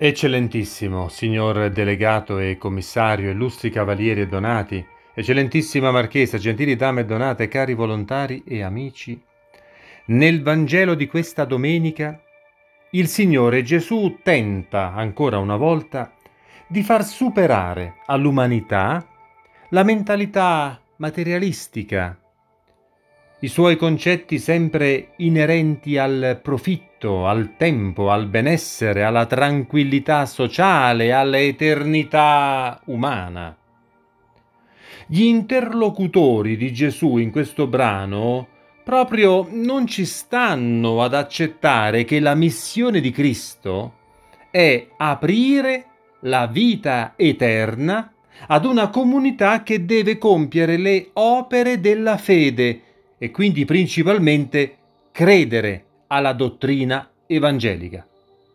Eccellentissimo, signor delegato e commissario, illustri cavalieri e donati, eccellentissima marchesa, gentili dame e donate, cari volontari e amici, nel Vangelo di questa domenica il Signore Gesù tenta ancora una volta di far superare all'umanità la mentalità materialistica, i suoi concetti sempre inerenti al profitto, al tempo, al benessere, alla tranquillità sociale, all'eternità umana. Gli interlocutori di Gesù in questo brano proprio non ci stanno ad accettare che la missione di Cristo è aprire la vita eterna ad una comunità che deve compiere le opere della fede e quindi principalmente credere alla dottrina evangelica.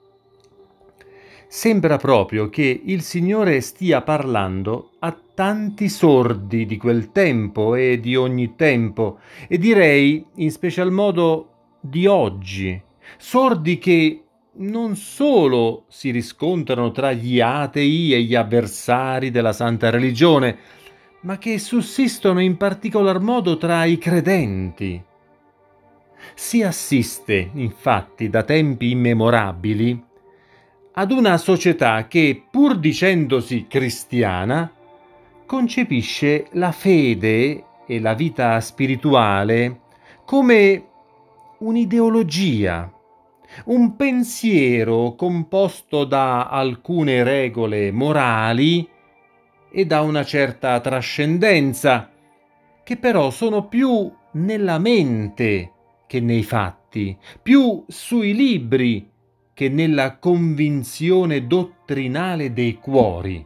Sembra proprio che il Signore stia parlando a tanti sordi di quel tempo e di ogni tempo, e direi in special modo di oggi, sordi che non solo si riscontrano tra gli atei e gli avversari della santa religione, ma che sussistono in particolar modo tra i credenti. Si assiste, infatti, da tempi immemorabili ad una società che, pur dicendosi cristiana, concepisce la fede e la vita spirituale come un'ideologia, un pensiero composto da alcune regole morali e da una certa trascendenza, che però sono più nella mente che nei fatti, più sui libri che nella convinzione dottrinale dei cuori.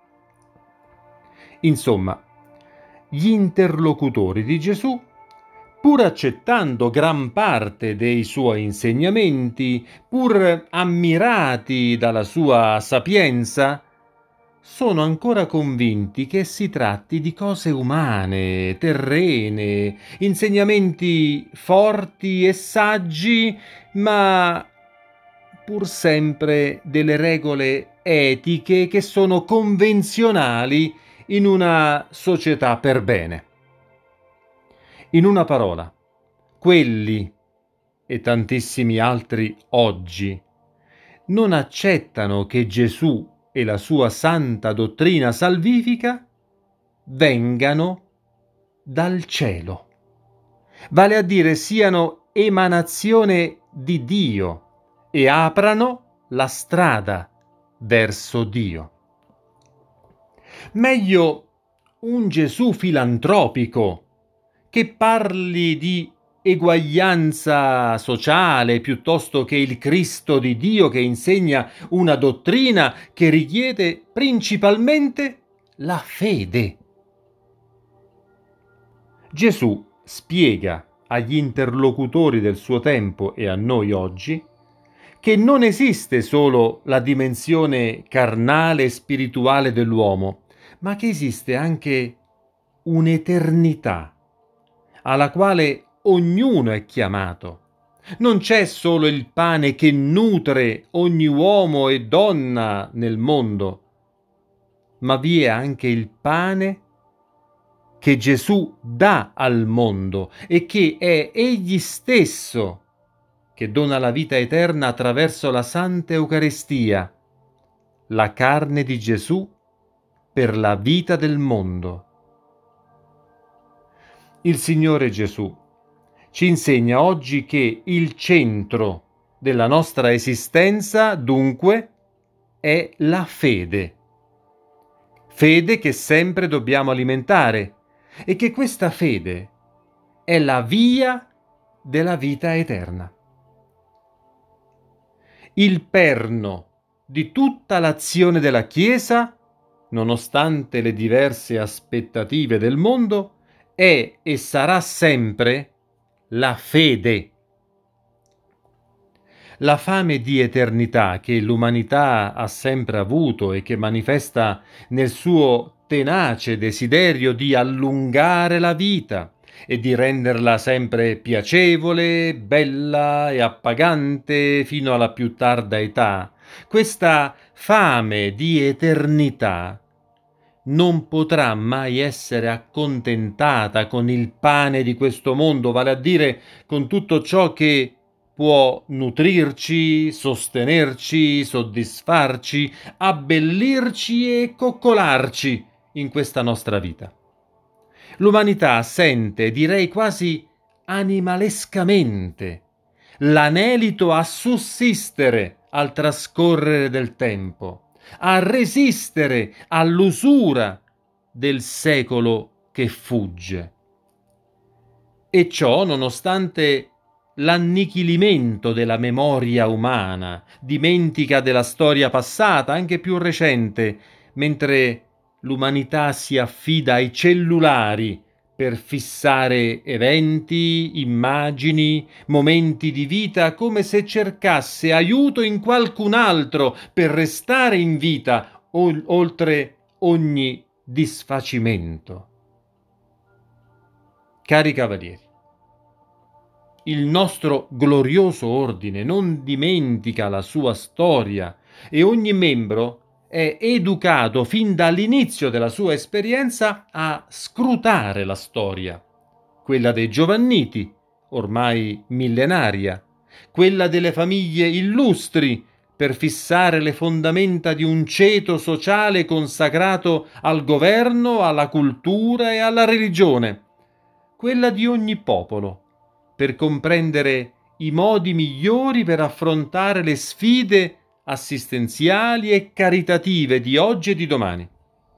Insomma, gli interlocutori di Gesù, pur accettando gran parte dei suoi insegnamenti, pur ammirati dalla sua sapienza, sono ancora convinti che si tratti di cose umane, terrene, insegnamenti forti e saggi, ma pur sempre delle regole etiche che sono convenzionali in una società per bene. In una parola, quelli e tantissimi altri oggi non accettano che Gesù e la sua santa dottrina salvifica vengano dal cielo, vale a dire siano emanazione di Dio e aprano la strada verso Dio. Meglio un Gesù filantropico che parli di eguaglianza sociale piuttosto che il Cristo di Dio che insegna una dottrina che richiede principalmente la fede. Gesù spiega agli interlocutori del suo tempo e a noi oggi che non esiste solo la dimensione carnale e spirituale dell'uomo, ma che esiste anche un'eternità alla quale ognuno è chiamato. Non c'è solo il pane che nutre ogni uomo e donna nel mondo, ma vi è anche il pane che Gesù dà al mondo e che è Egli stesso che dona la vita eterna attraverso la Santa Eucaristia, la carne di Gesù per la vita del mondo. Il Signore Gesù ci insegna oggi che il centro della nostra esistenza, dunque, è la fede. Fede che sempre dobbiamo alimentare e che questa fede è la via della vita eterna. Il perno di tutta l'azione della Chiesa, nonostante le diverse aspettative del mondo, è e sarà sempre la fede. La fame di eternità che l'umanità ha sempre avuto e che manifesta nel suo tenace desiderio di allungare la vita e di renderla sempre piacevole, bella e appagante fino alla più tarda età, Questa fame di eternità non potrà mai essere accontentata con il pane di questo mondo, vale a dire con tutto ciò che può nutrirci, sostenerci, soddisfarci, abbellirci e coccolarci in questa nostra vita. L'umanità sente, direi quasi animalescamente, l'anelito a sussistere al trascorrere del tempo, a resistere all'usura del secolo che fugge. E ciò nonostante l'annichilimento della memoria umana, dimentica della storia passata, anche più recente, mentre l'umanità si affida ai cellulari per fissare eventi, immagini, momenti di vita, come se cercasse aiuto in qualcun altro per restare in vita oltre ogni disfacimento. Cari cavalieri, il nostro glorioso ordine non dimentica la sua storia e ogni membro è educato fin dall'inizio della sua esperienza a scrutare la storia, quella dei giovanniti, ormai millenaria, quella delle famiglie illustri, per fissare le fondamenta di un ceto sociale consacrato al governo, alla cultura e alla religione, quella di ogni popolo, per comprendere i modi migliori per affrontare le sfide assistenziali e caritative di oggi e di domani.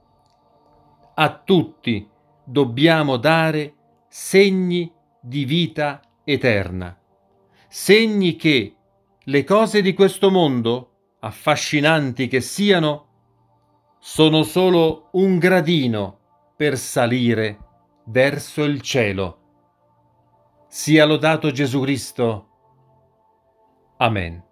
A tutti dobbiamo dare segni di vita eterna, segni che le cose di questo mondo, affascinanti che siano, sono solo un gradino per salire verso il cielo. Sia lodato Gesù Cristo. Amen.